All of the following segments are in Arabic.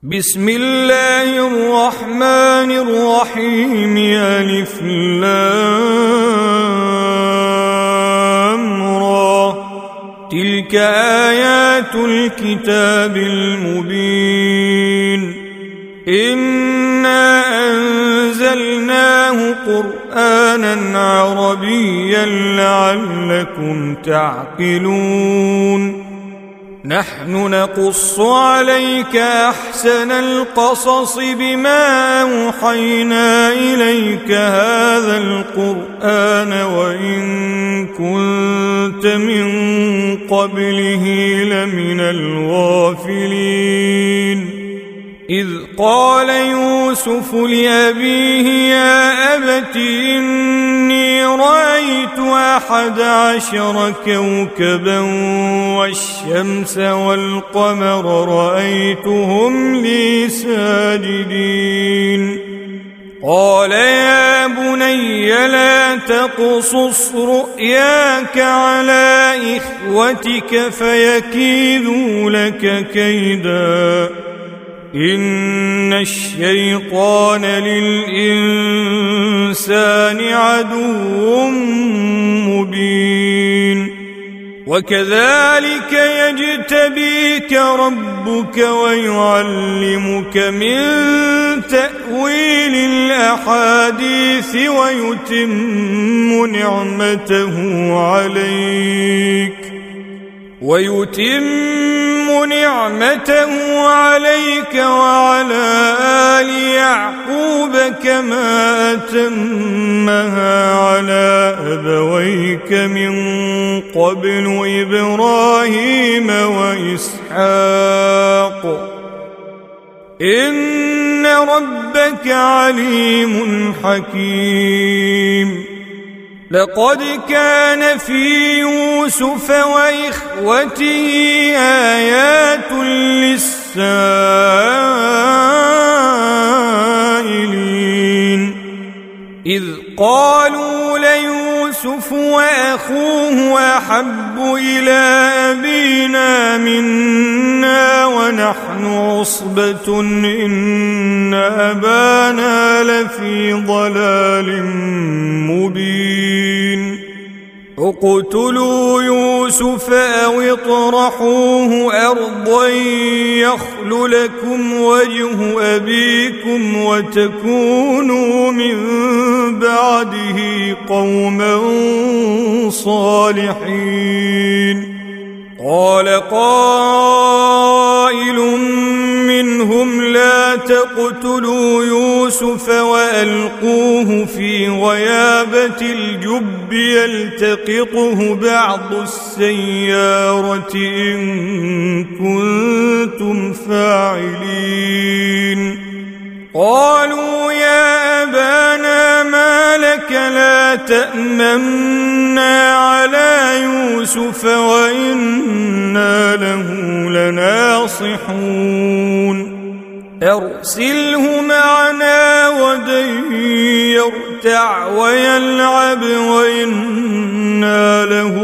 بسم الله الرحمن الرحيم. ألف لام را. تلك آيات الكتاب المبين. إنا أنزلناه قرآنا عربيا لعلكم تعقلون. نحن نقص عليك أحسن القصص بما أوحينا إليك هذا القرآن وإن كنت من قبله لمن الغافلين. إذ قال يوسف لأبيه يا أبت إني رأيت 11 كوكبا والشمس والقمر رأيتهم لي ساجدين. قال يا بني لا تقصص رؤياك على إخوتك فيكيدوا لك كيدا. إن الشيطان للإنسان عدو مبين. وكذلك يجتبيك ربك ويعلمك من تأويل الأحاديث ويتم نعمته عليك وعلى آل يعقوب كما أتمها على أبويك من قبل إبراهيم وإسحاق إن ربك عليم حكيم. لقد كان في يوسف وإخوته آيات للسائلين. إذ قالوا ليوسف وأخوه أحب إلى أبينا منا ونحن عصبة إن أبانا لفي ضلال مبين. اقتلوا يوسف أو اطرحوه أرضا يخل لكم وجه أبيكم وتكونوا من بعده قوما صالحين. قال قائل منهم لا تقتلوا يوسف وألقوه في غيابة الجب يلتقطه بعض السيارة إن كنتم فاعلين. قالوا يا أبانا ما لك لا تأمنا على يوسف وإنا له لناصحون. أرسله معنا غدا يرتع ويلعب وإنا له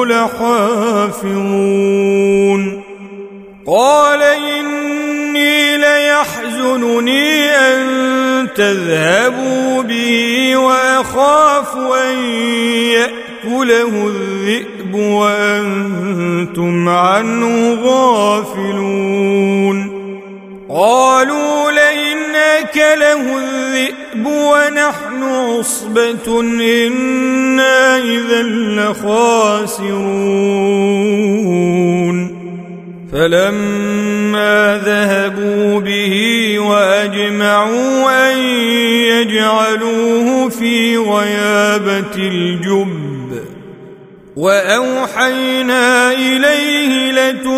لحافظون. قال إني ليحزنني أن تذهبوا به وأخاف أن يأكله الذئب وأنتم عنه غافلون. قالوا لئن أكله الذئب ونحن عصبة إنا إذا لخاسرون. فلما ذهبوا به وأجمعوا أن يجعلوه في غيابة الجب وأوحينا إليه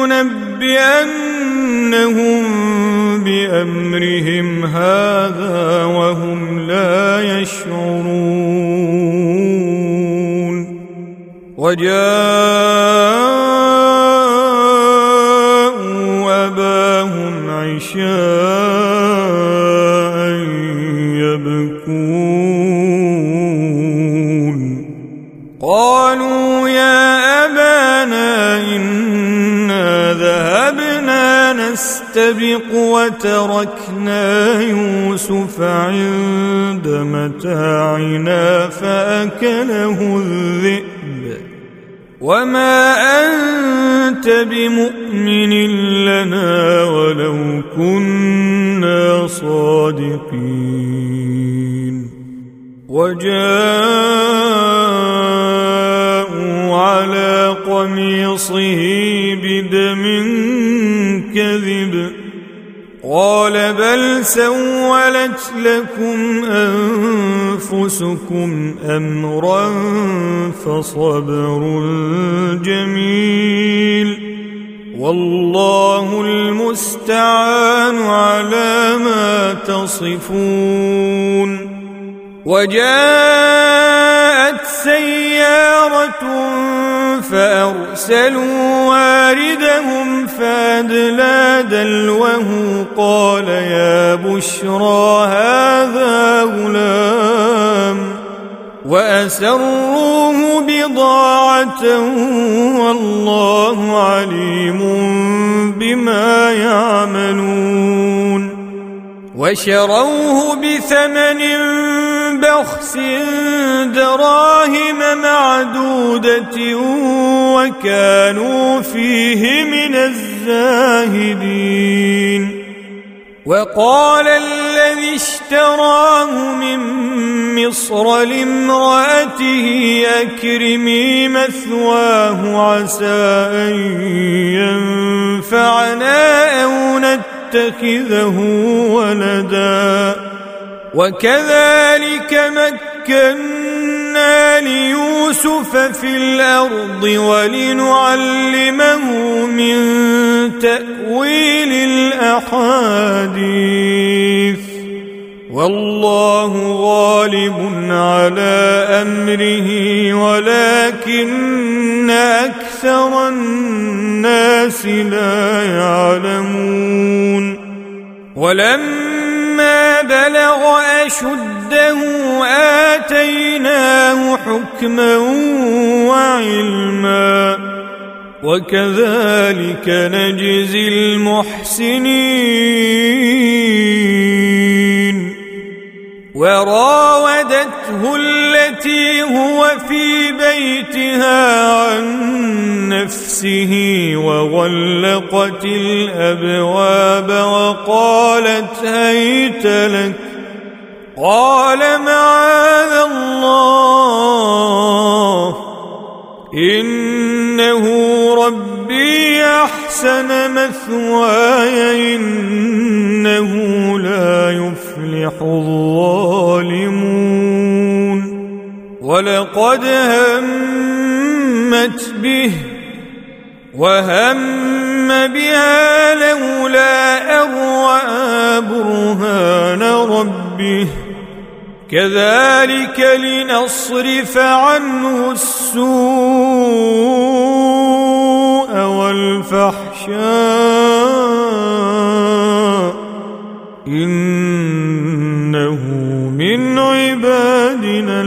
لتنبئنهم بأمرهم هذا وهم لا يشعرون. وجاءوا أباهم عشاء يبكون. قالوا يا أبانا إنا ذهبنا نستبق وتركنا يوسف عند متاعنا فأكله الذئب وما أنت بمؤمن لنا ولو كنا صادقين وجاءوا على قميصه بدم كذب قال بل سولت لكم أنفسكم أمرا فصبر جميل والله المستعان على ما تصفون وجاءت سيارة فأرسلوا واردهم فأدلى دلوه قال يا بشرى هذا غلام وأسروه بضاعة والله عليم بما يعملون وشروه بثمن بخس دراهم معدودة وكانوا فيه من الزاهدين وقال الذي اشتراه من مصر لامرأته أكرمي مثواه عسى أن ينفعنا أو نتخذه ولدا وكذلك مكنا ليوسف في الأرض ولنعلمه من تأويل الأحاديث والله غالب على أمره ولكن أكثر الناس لا يعلمون ولما بلغ أشده آتيناه حكما وعلما وكذلك نجزي المحسنين وراودته التي هو في بيتها عن نفسه وغلقت الأبواب وقالت هيت لك قال معاذ الله إنه ربي أحسن مثواي إنه لا يفلح الظالمون ولقد همت به وهم بها لولا أن رأى برهان ربه كذلك لنصرف عنه السوء والفحشاء إنه من عبادنا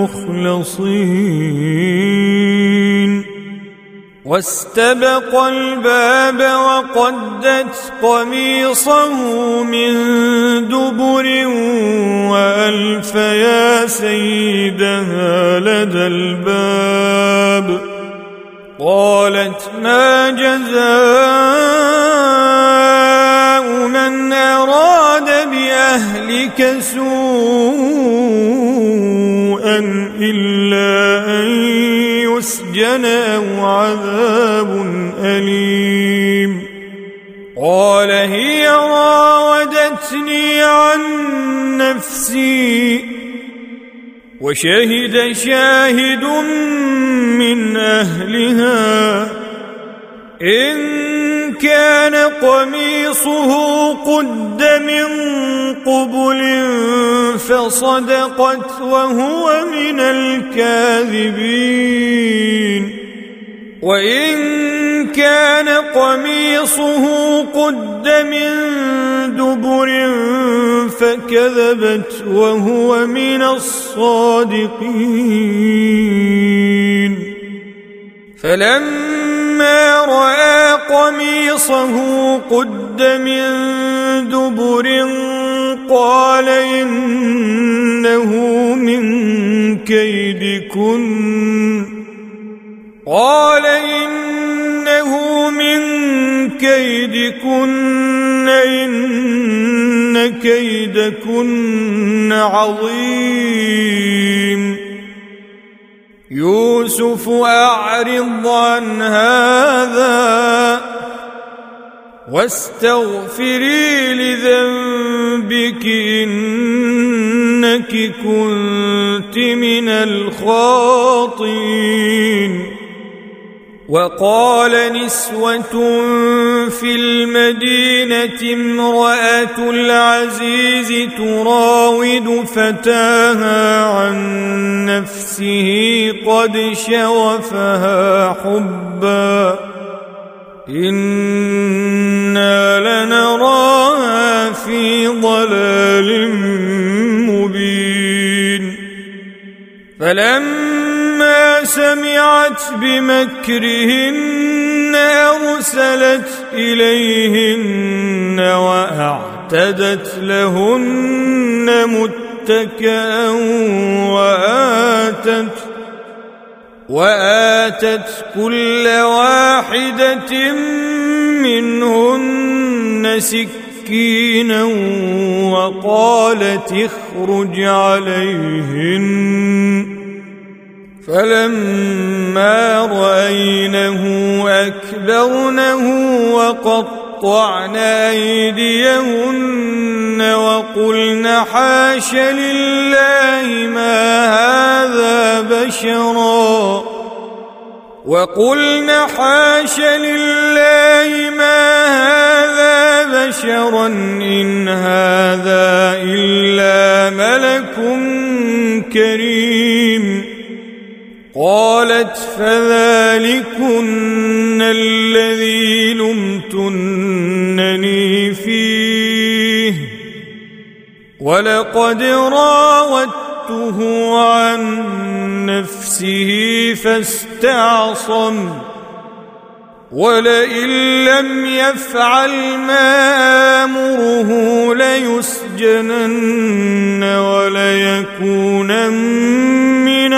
المخلصين واستبق الباب وقدت قميصه من دبر وألف يا سيدها لدى الباب قالت ما جزاء من أراد بأهلك سوءا إلا أن يسجن أو عذاب أليم قال هي راودتني عن نفسي وشهد شاهد من أهلها إن كان قميصه قد من قبل فصدقت وهو من الكاذبين وإن كان قميصه قد من دبر فكذبت وهو من الصادقين فلما فلما رأى قميصه قد من دبر قال إنه من كيدكن إن كيدكن عظيم يوسف أعرض عن هذا واستغفري لذنبك إنك كنت من الخاطئين. وقال نسوة في المدينة امرأة العزيز تراود فتاها عن نفسه قد شغفها حبا إنا لنراها في ضلال مبين. فلما سمعت بمكرهن أرسلت إليهن وأعتدت لهن متكئا وآتت كل واحدة منهن سكينا وقالت اخرج عليهن. فلما رأينه أكبرنه وقطعن أيديهن وقلن حاش لله ما هذا بشرا إن هذا إلا ملك كريم. قالت فذلكن الذي لمتنني فيه ولقد راودته عن نفسه فاستعصم ولئن لم يفعل ما آمره ليسجنن وليكونن من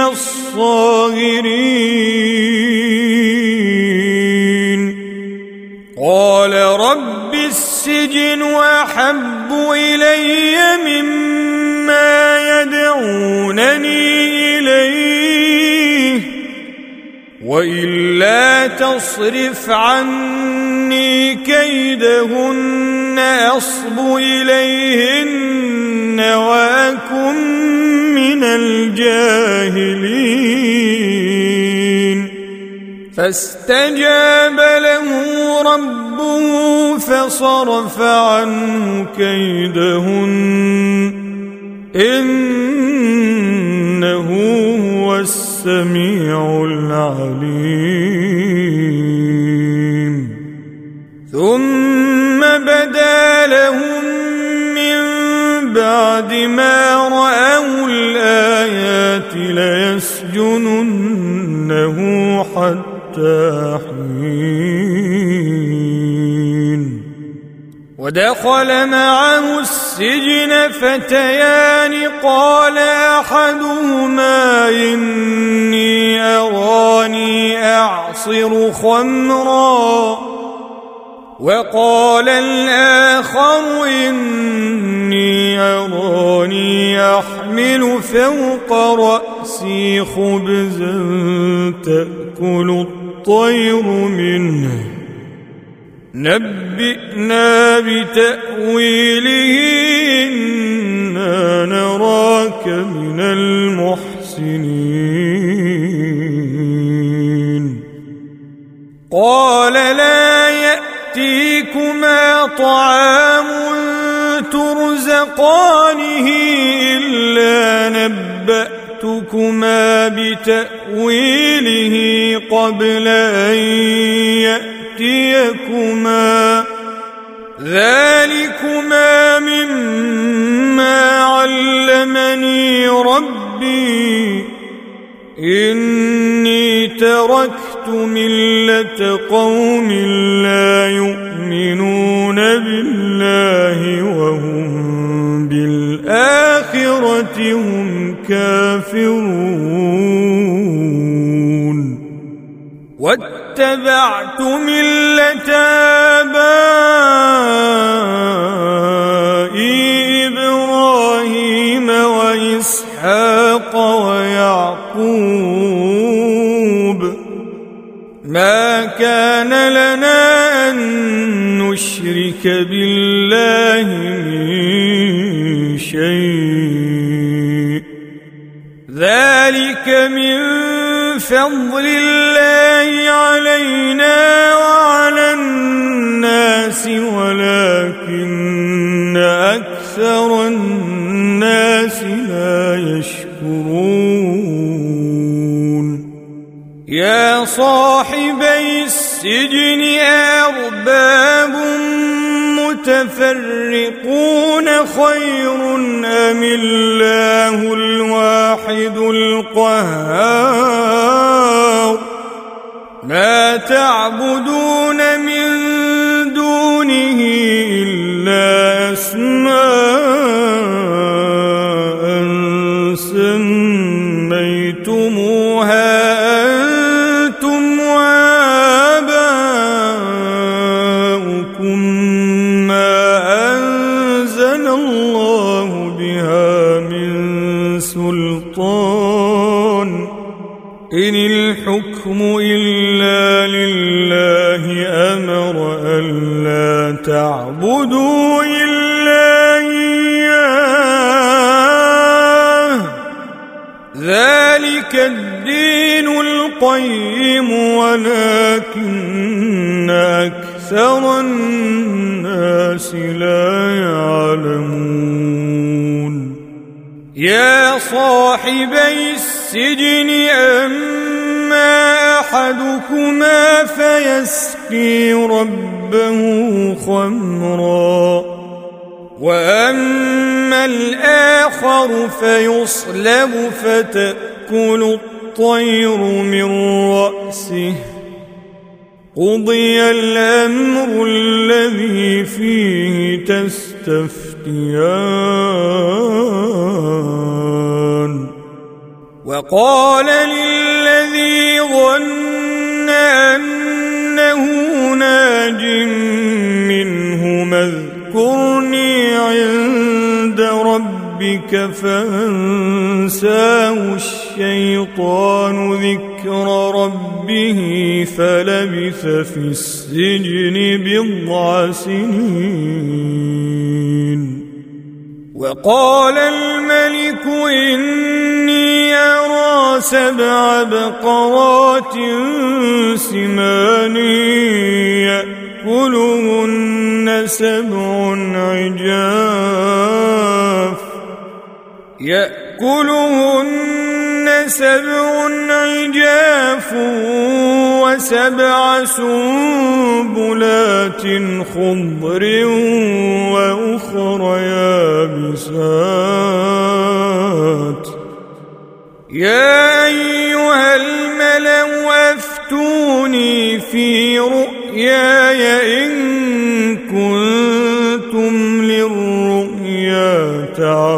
الصاغرين. قال رب السجن أحب إلي مما يدعونني إليه وإلا تصرف عني كيدهن أصب إليهن وأكن من الجاهلين. فاستجاب له ربه فصرف عنه كيدهن إنه هو السميع العليم. ثم بدا لهم من بعد ما رأوا الآيات ليسجننه حتى حين. ودخل معه السجن فتيان قال أحدهما إني أراني أعصر خمرا وقال الآخر إني أراني أحمل فوق رأسي خبزا تأكل الطير منه نبئنا بتأويله إنا نراك من المحسنين. قال لا يأتيكما طعام ترزقانه إلا نبأتكما بتأويله قبل أن يأتيكما ذلكما مما علمني ربي إني تركت ملة قوم لا يؤمنون بالله وهم بالآخرة هم كافرون واتبعت ملة آبائي إبراهيم وإسحاق ويعقوب ما كان لنا أن نشرك بالله من شيء ذلك من فضل الله علينا وعلى الناس ولكن أكثر الناس لا يشكرون يا صاحبي السجن أرباب متفرقون خير أم الله الواحد القهار ما تعبدون من دونه إلا أسماء سميتموها أنتم وآباؤكم ما أنزل الله بها من سلطان إن الحكم إلا لله أمر ألا تعبدوا إلا إياه ذلك الدين القيم ولكن أكثر الناس لا يعلمون يا صاحبي السجن أما أحدكما فيسقي ربه خمرا وأما الآخر فيصلب فتأكل الطير من رأسه قضي الأمر الذي فيه تستفتيان وقال للذي ظن أنه ناج منهما اذكرني عند ربك فأنساه الشيطان ذكر ربه فلبث في السجن بضع سنين وقال الملك إني أرى 7 بقرات سمان يأكلهن 7 عجاف و7 سنبلات خضر وأخر يابسات يا أيها الملأ أفتوني في رؤياي إن كنتم للرؤيا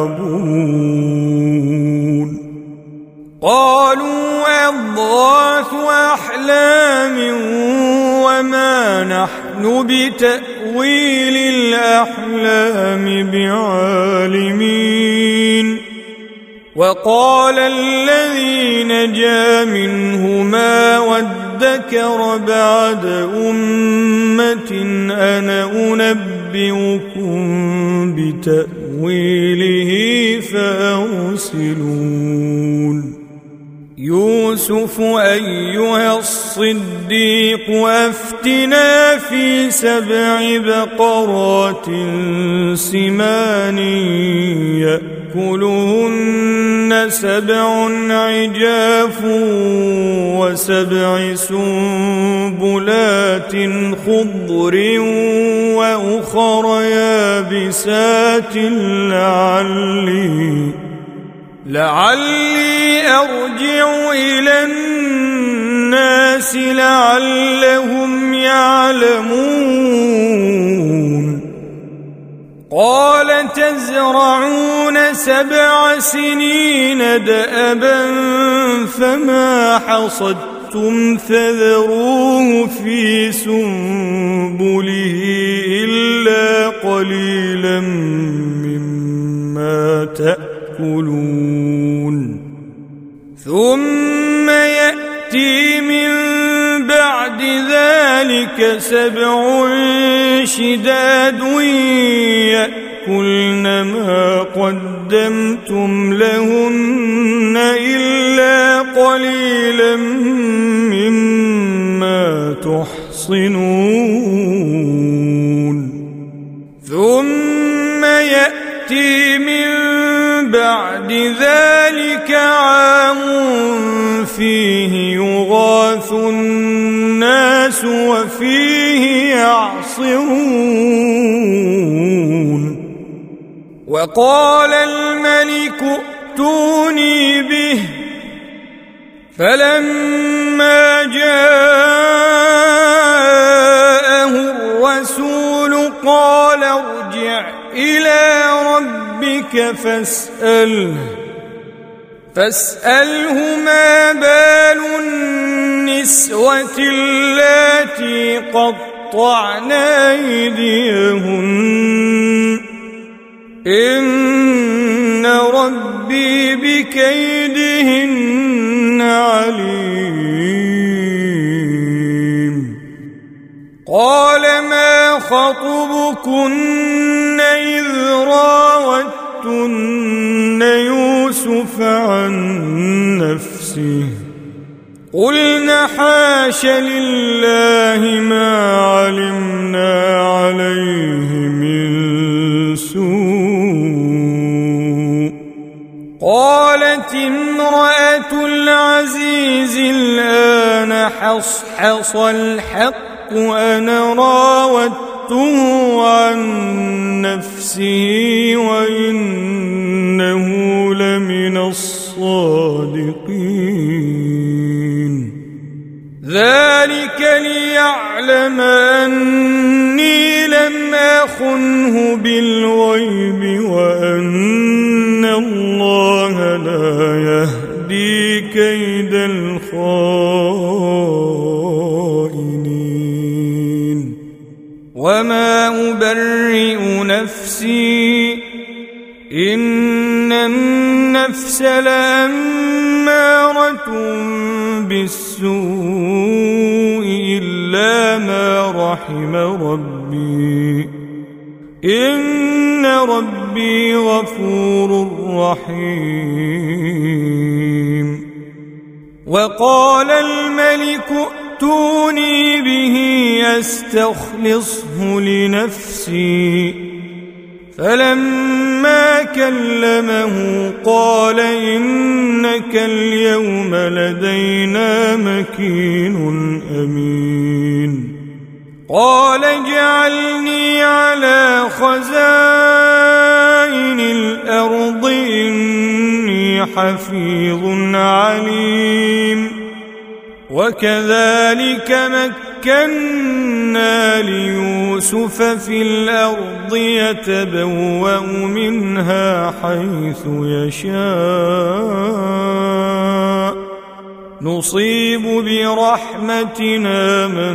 تعبرون قالوا أضغاث أحلام وما نحن بتأويل الأحلام بعالمين وقال الذي نجا منهما وادكر بعد أمة أنا أنبئكم بتأويله فأرسلون يوسف أيها الصديق أفتنا في 7 بقرات سمان يأكلهن 7 عجاف و7 سنبلات خضر وأخر يابسات لعلي أرجع إلى الناس لعلهم يعلمون قال تزرعون 7 سنين دأبا فما حصدتم فذروه في سنبله إلا قليلا مما تأكلون ثم يأتي من بعد ذلك 7 شداد يأكلن ما قدمتم لهن إلا قليلا مما تحصنون ثم يأتي من بعد ذلك عام فيه يغاث الناس وفيه يعصرون وقال الملك ائتوني به فلما جاءه الرسول قال ارجع إلى ربك فاسأله ما بال النسوة اللاتي قطعن أيديهن إن ربي بكيدهن عليم قال ما خطبكن إذ راوتن يوسف عن نفسه قلنا حاش لله ما علمنا عليه من سوء قالت امرأة العزيز الآن حصحص الحق أنا راودته عن نفسه وإنه لمن الصادقين ذلك ليعلم أني لم أخنه بالغيب وأن الله لا يهدي كيد الخائنين وما أبرئ نفسي إن النفس لأمارة بالسوء إلا ما رحم ربي إن ربي غفور رحيم وقال الملك ائتوني به أستخلصه لنفسي فلما كلمه قال إنك اليوم لدينا مكين أمين قال اجعلني على خزائن الأرض إني حفيظ عليم وكذلك مكنا ليوسف في الأرض يتبوأ منها حيث يشاء نصيب برحمتنا من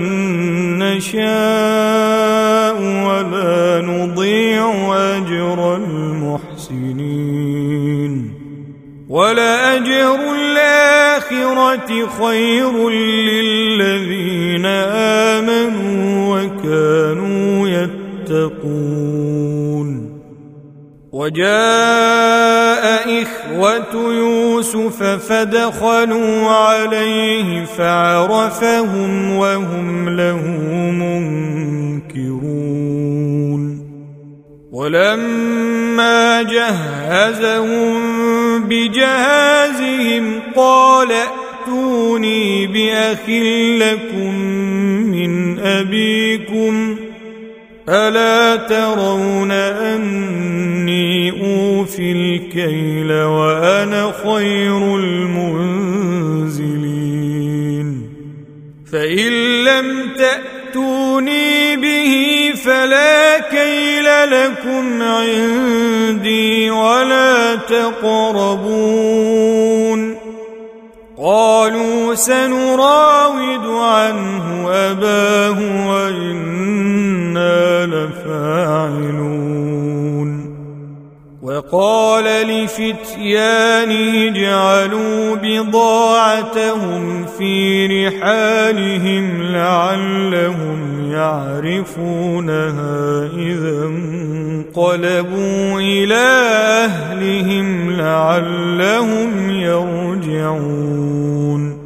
نشاء ولا نضيع أجر المحسنين ولأجر الآخرة خير للذين آمنوا وكانوا يتقون وجاء إخوة يوسف فدخلوا عليه فعرفهم وهم له منكرون ولما جهزهم بجهازهم قال ائتوني بأخ لكم من أبيكم ألا ترون أني أوفي الكيل وأنا خير المنزلين فإن لم تأتوني به فلا كيل لكم عندي ولا تقربون. قالوا سنراود عنه أباه وإنا لفاعلون. وقال لفتيانه اجعلوا بضاعتهم في رحالهم لعلهم يعرفونها إذا انقلبوا إلى أهلهم لعلهم يرجعون.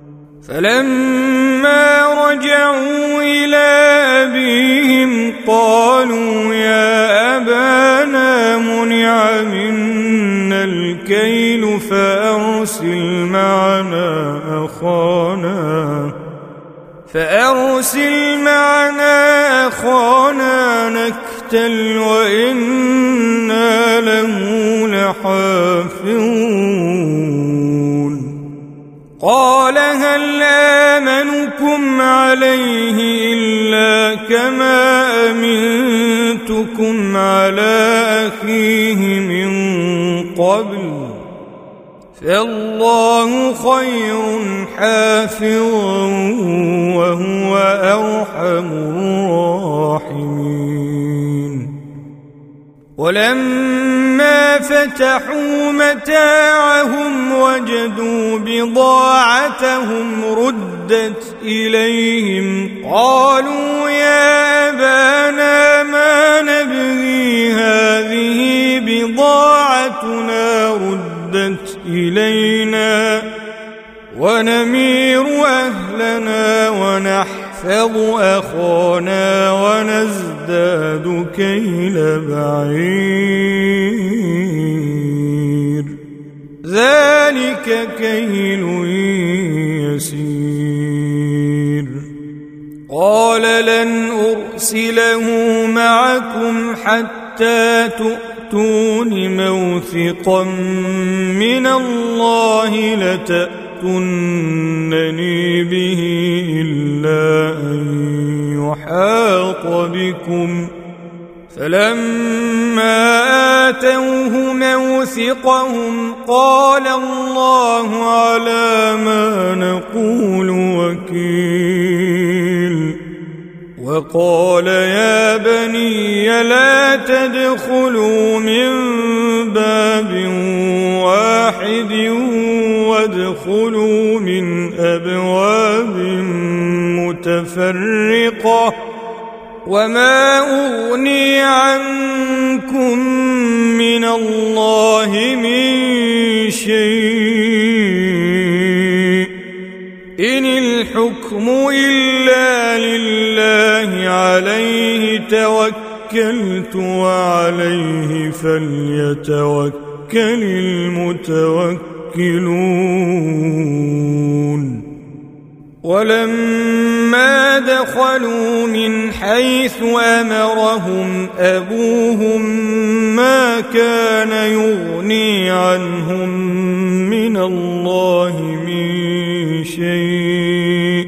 فلما رجعوا إلى أبيهم قالوا يا أبانا منع منا الكيل فأرسل معنا أخانا نكتل وإنا له لحافظون. قال هل آمنكم عليه إلا كما أمنتكم على أخيه من قبل فالله خير حافظا وهو أرحم الراحمين. ولما فتحوا متاعهم وجدوا بضاعتهم ردت إليهم قالوا يا أبانا ما نبغي هذه بضاعتنا ردت إلينا ونمير أهلنا ونحفظ أخانا ونزداد كيل بعير ذلك كيل يسير. قال لن أرسله معكم حتى تؤتون موثقا من الله لتأتونني به إلا أن يحاط بكم. فلما آتوه موثقهم قال الله على ما نقول وكيل. وقال يا بني لا تدخلوا من باب واحد وادخلوا من أبواب متفرقة وما أغني عنكم من الله من شيء إن الحكم إلا لله عليه توكلت وعليه فليتوكل المتوكلون. ولما دخلوا من حيث أمرهم أبوهم ما كان يغني عنهم من الله من شيء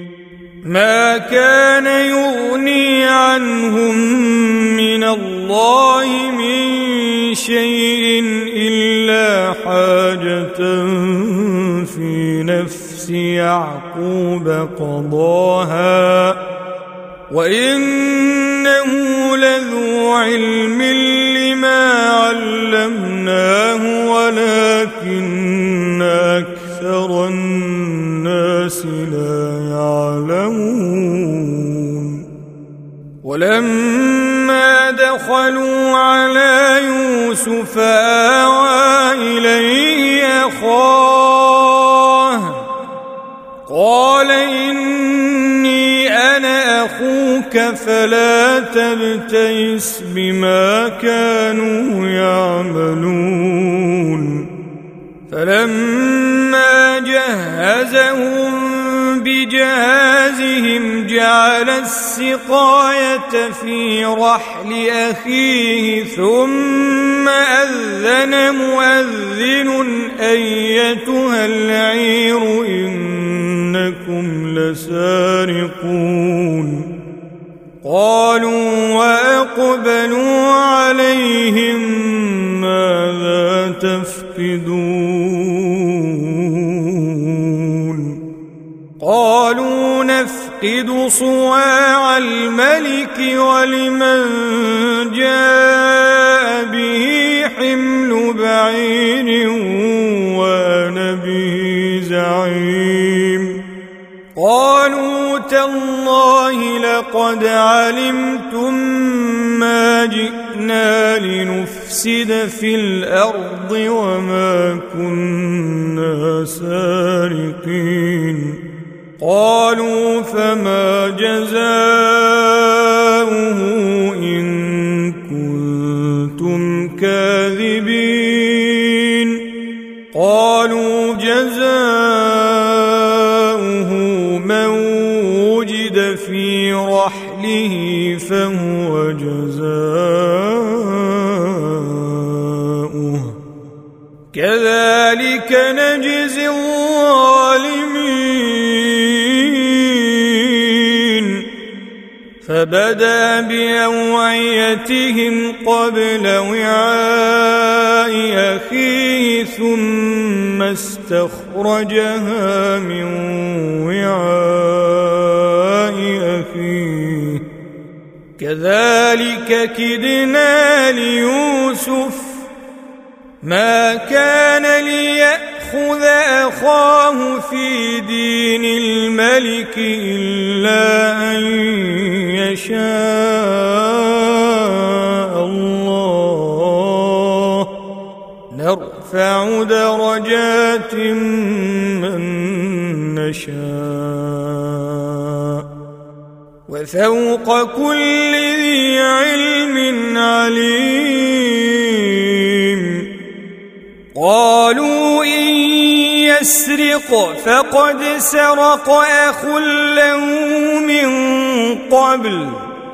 إلا حاجة في نفس يعقوب قضاها وإنه لذو علم لما علمناه ولكن أكثر الناس لا يعلمون. ولما دخلوا على يوسف آوى إليه أخاه قال إني أنا أخوك فلا تبتئس بما كانوا يعملون. فلما جهزهم بجهازهم جعل السقاية في رحل أخيه ثم أذن مؤذن أيتها العير إنكم لسارقون قالوا وأقبلوا عليهم ماذا تفقدون قالوا نفقد صواع الملك ولمن جاء به حمل بعير وأنا به زعيم قالوا تالله لقد علمتم ما جئنا لنفسد في الأرض وما كنا سارقين قالوا فما جزاؤه إن كنتم كاذبين قالوا جزاؤه من وجد في رحله فهو جزاؤه كذلك نجزي الظالمين فبدأ بأوعيتهم قبل وعاء أخيه ثم استخرجها من وعاء أخيه كذلك كدنا ليوسف ما كان ليأخذ أخاه في دين الملك إلا أن يشاء الله نرفع درجات من نشاء وفوق كل ذي علم عليم قالوا إن يسرق فقد سرق أخ له من قبل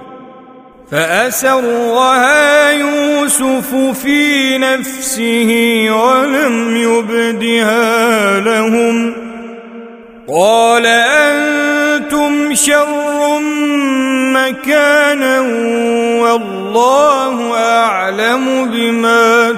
فأسرها يوسف في نفسه ولم يبدها لهم قال أنتم شر مكانا والله أعلم بما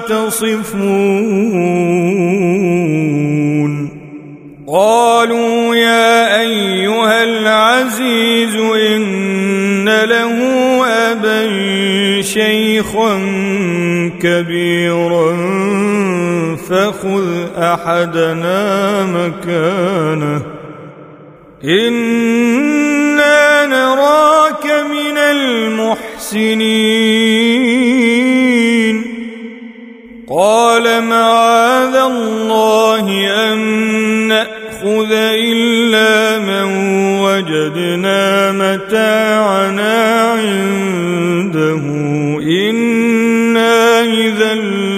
تصفون قالوا يا أيها العزيز إن له أبا شيخا كبيرا فخذ أحدنا مكانه إنا نراك من المحسنين قال معاذ الله أن نأخذ إلا من وجدنا متاعنا عنده إنا إذا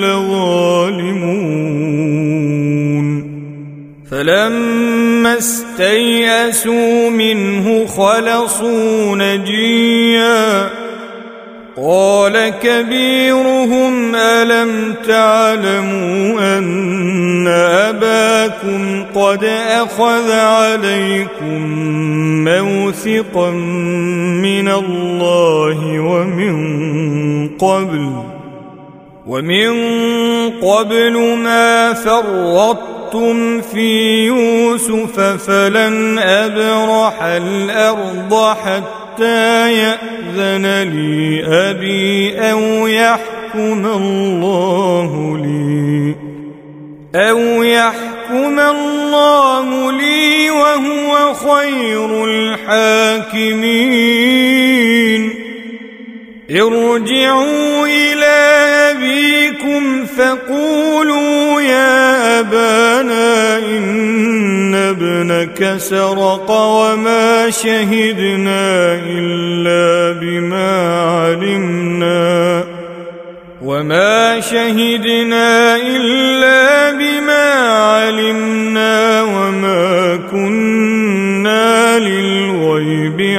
لظالمون فلما استيئسوا منه خلصوا نجيا قال كبيرهم ألم تعلموا أن أباكم قد أخذ عليكم موثقا من الله ومن قبل ما فرطتم في يوسف فلن أبرح الأرض حتى يأذن لي أبي أو يحكم الله لي وهو خير الحاكمين ارجعوا إلى أبيكم فقولوا يا أبانا إن ابنك سرق وما شهدنا إلا بما علمنا وما كنا للغيب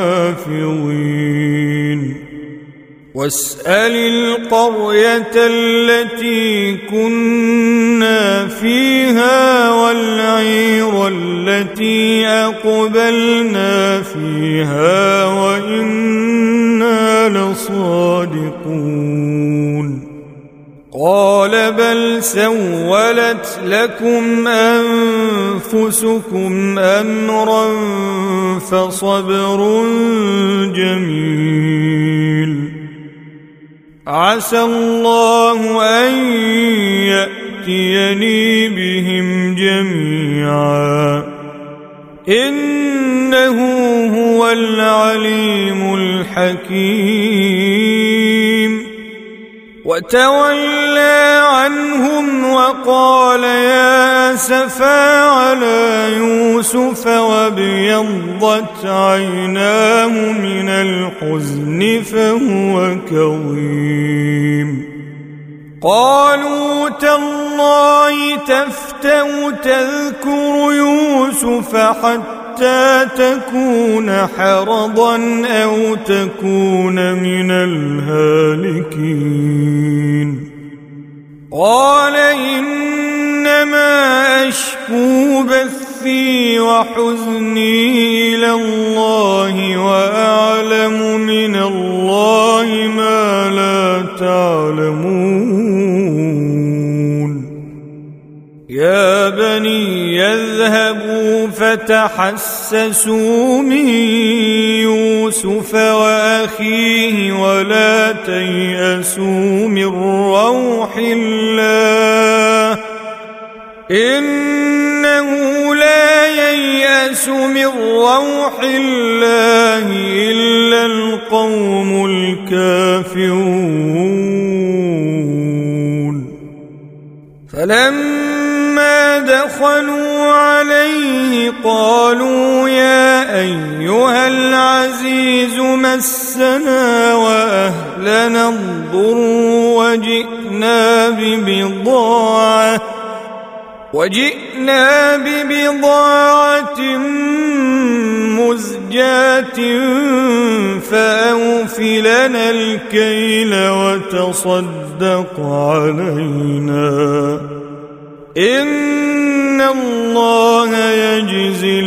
حافظين واسأل القرية التي كنا فيها والعير التي أقبلنا فيها وإنا لصادقون قال بل سولت لكم أنفسكم أمرا فصبر جميل عسى الله أن يأتيني بهم جميعا إنه هو العليم الحكيم وتولى عنهم وقال يا أسفا على يوسف وابيضت عيناه من الحزن فهو كظيم قالوا تالله تفتأ تذكر يوسف حتى تكون حرضا أو تكون من الهالكين قال إنما أشكو بثي وحزني إلى الله وأعلم من الله ما لا تعلمون يا بني يذهبوا فتحسسوا من يوسف وأخيه ولا تيأسوا من روح الله إنه لا ييأس من روح الله إلا القوم الكافرون فلما دخلوا عليه قالوا يا أيها العزيز مسنا وأهلنا الضر وجئنا ببضاعة مزجاة فأوفلنا الكيل وتصدق علينا إن الله يجزي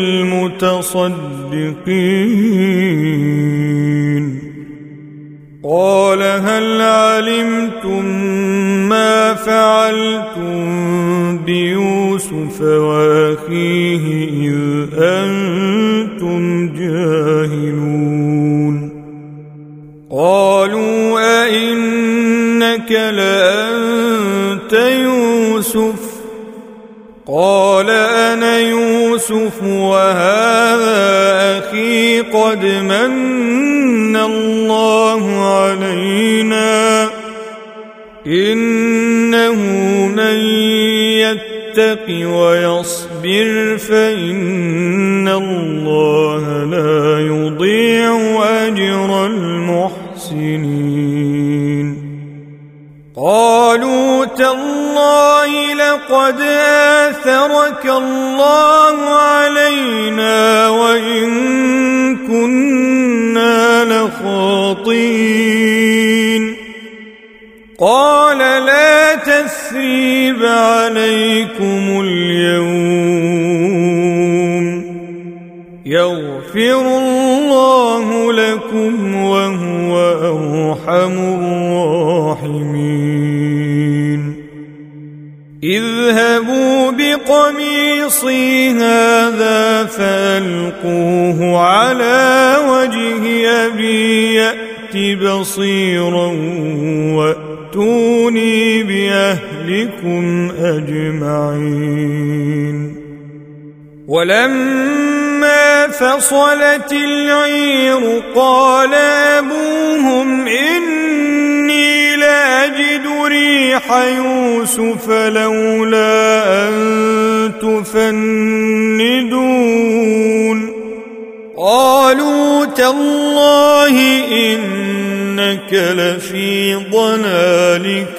المتصدقين قال هل علمتم ما فعلتم بيوسف وأخيه إذ أنتم جاهلون قالوا أئنك لأنت يوسف قال أنا يوسف وهذا أخي قد من الله علينا إنه من يتق ويصبر فإن الله لا يضيع أجر المحسنين قالوا تالله لقد آثرك الله علينا وإن كنا لخاطئين قال لا تثريب عليكم اليوم يغفر الله لكم وهو أرحم الراحمين اذهبوا بقميصي هذا فألقوه على وجه أبي يأت بصيرا وأتوني بأهلكم أجمعين ولما فصلت العير قال أبوهم إني لأجد ريح يوسف لولا أن تفندون قالوا تالله إنك لفي ضلالك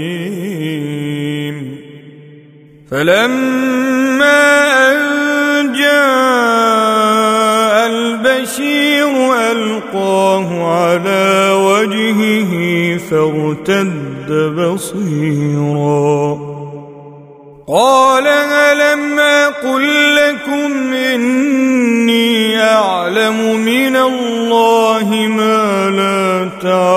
القديم فلما أن جاء البشير ألقاه على وجهه فارتد بصيرا قال ألم أقل لكم إني أعلم من الله ما لا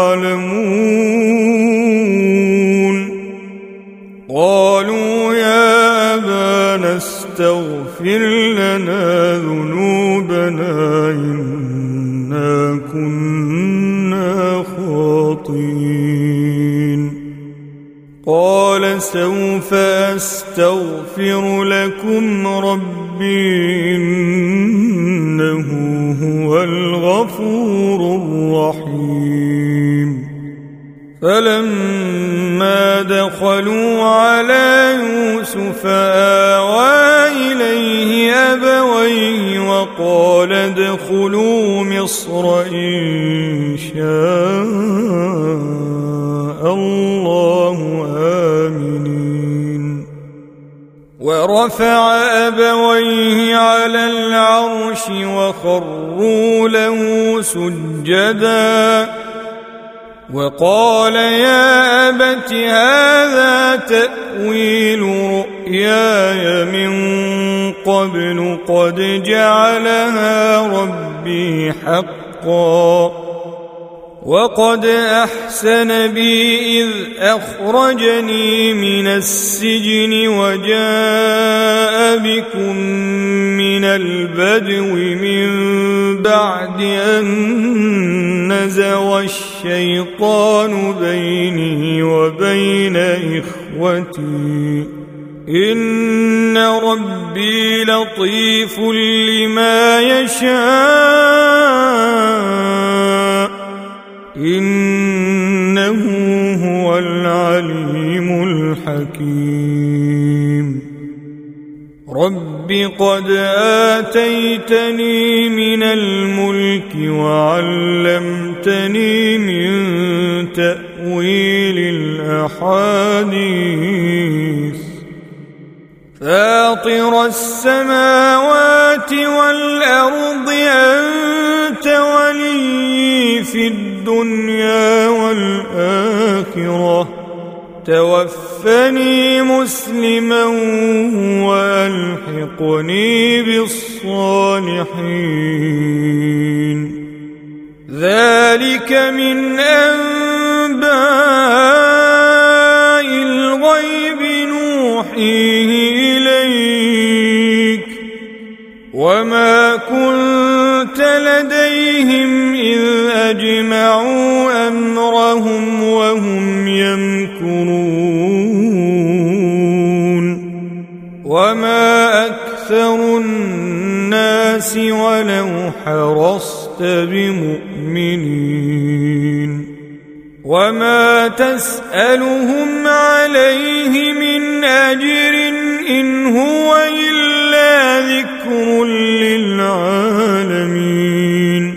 تعلمون قالوا يا أبانا استغفر لنا ذنوبنا إنا كنا خاطئين قال سوف أستغفر لكم ربي إنه هو الغفور الرحيم فلما دخلوا على يوسف آوى إليه أبويه وقال ادخلوا مصر إن شاء الله آمنين ورفع أبويه على العرش وخروا له سجدا وقال يا أبت هذا تأويل رؤياي من قبل قد جعلها ربي حقا وقد أحسن بي إذ أخرجني من السجن وجاء بكم من البدو من بعد أن نزغ الشيطان بيني وبين إخوتي إن ربي لطيف لما يشاء إنه هو العليم الحكيم رب قد آتيتني من الملك وعلمتني من تأويل الأحاديث فاطر السماوات والأرض أنت ولي في الدنيا والآخرة توفني مسلما وألحقني بالصالحين ذلك من أنباء الغيب نوحيه إليك وما كنت لديهم إذ أجمعوا أمرهم وهم يمكرون وما أكثر الناس ولو حرصت بمؤمنين وما تسألهم عليه من أجر إن هو إلا ذكر للعالمين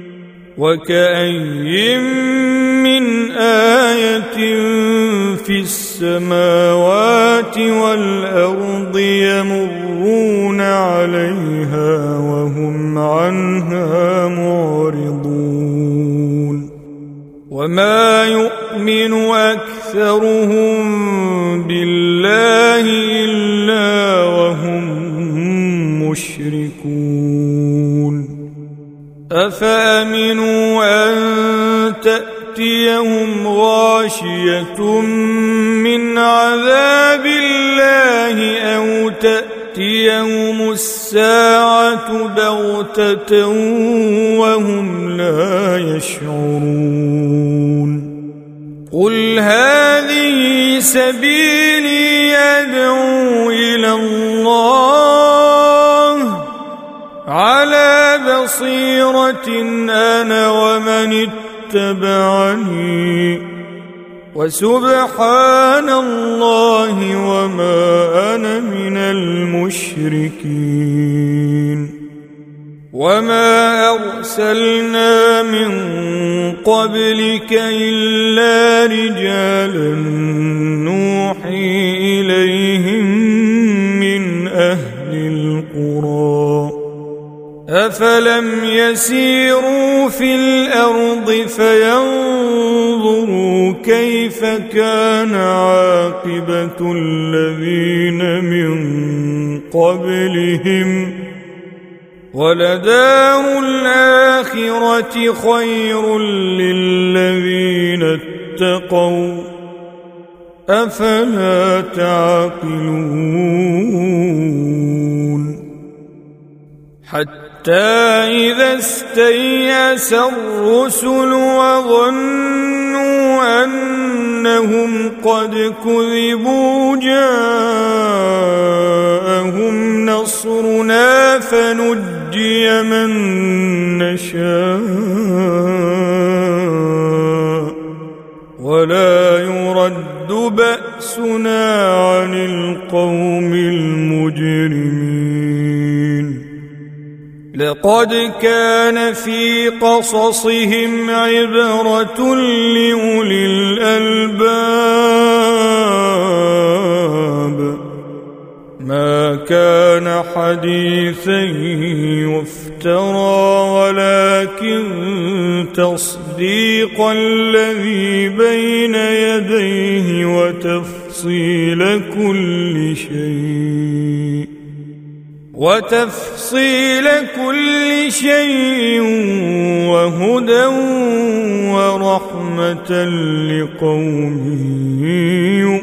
وكأي من آية في السماوات والأرض يمرون عليها وهم عنها معرضون وما يؤمن أكثرهم بالله إلا وهم مشركون أفأمنوا أن تأتيهم غاشية من عذاب الله أو تأتيهم الساعة بغتة وهم لا يشعرون قل هذه سبيلي أدعو إلى الله على بصيرة أنا ومن اتبعني وسبحان الله وما أنا من المشركين وما أرسلنا من قبلك إلا رجالا نوحي إليهم من أهل القرى أفلم يسيروا في الأرض فينظروا كيف كان عاقبة الذين من قبلهم ولدار الآخرة خير للذين اتقوا أفلا تعقلون حتى إذا استيأس الرسل وظنوا أنهم قد كذبوا جاءهم نصرنا فنجي من نشاء ولا يرد بأسنا عن القوم المجرمين لقد كان في قصصهم عبرة لأولي الألباب ما كان حديثا يفترى ولكن تصديق الذي بين يديه وتفصيل كل شيء وهدى ورحمة لقوم يؤمنون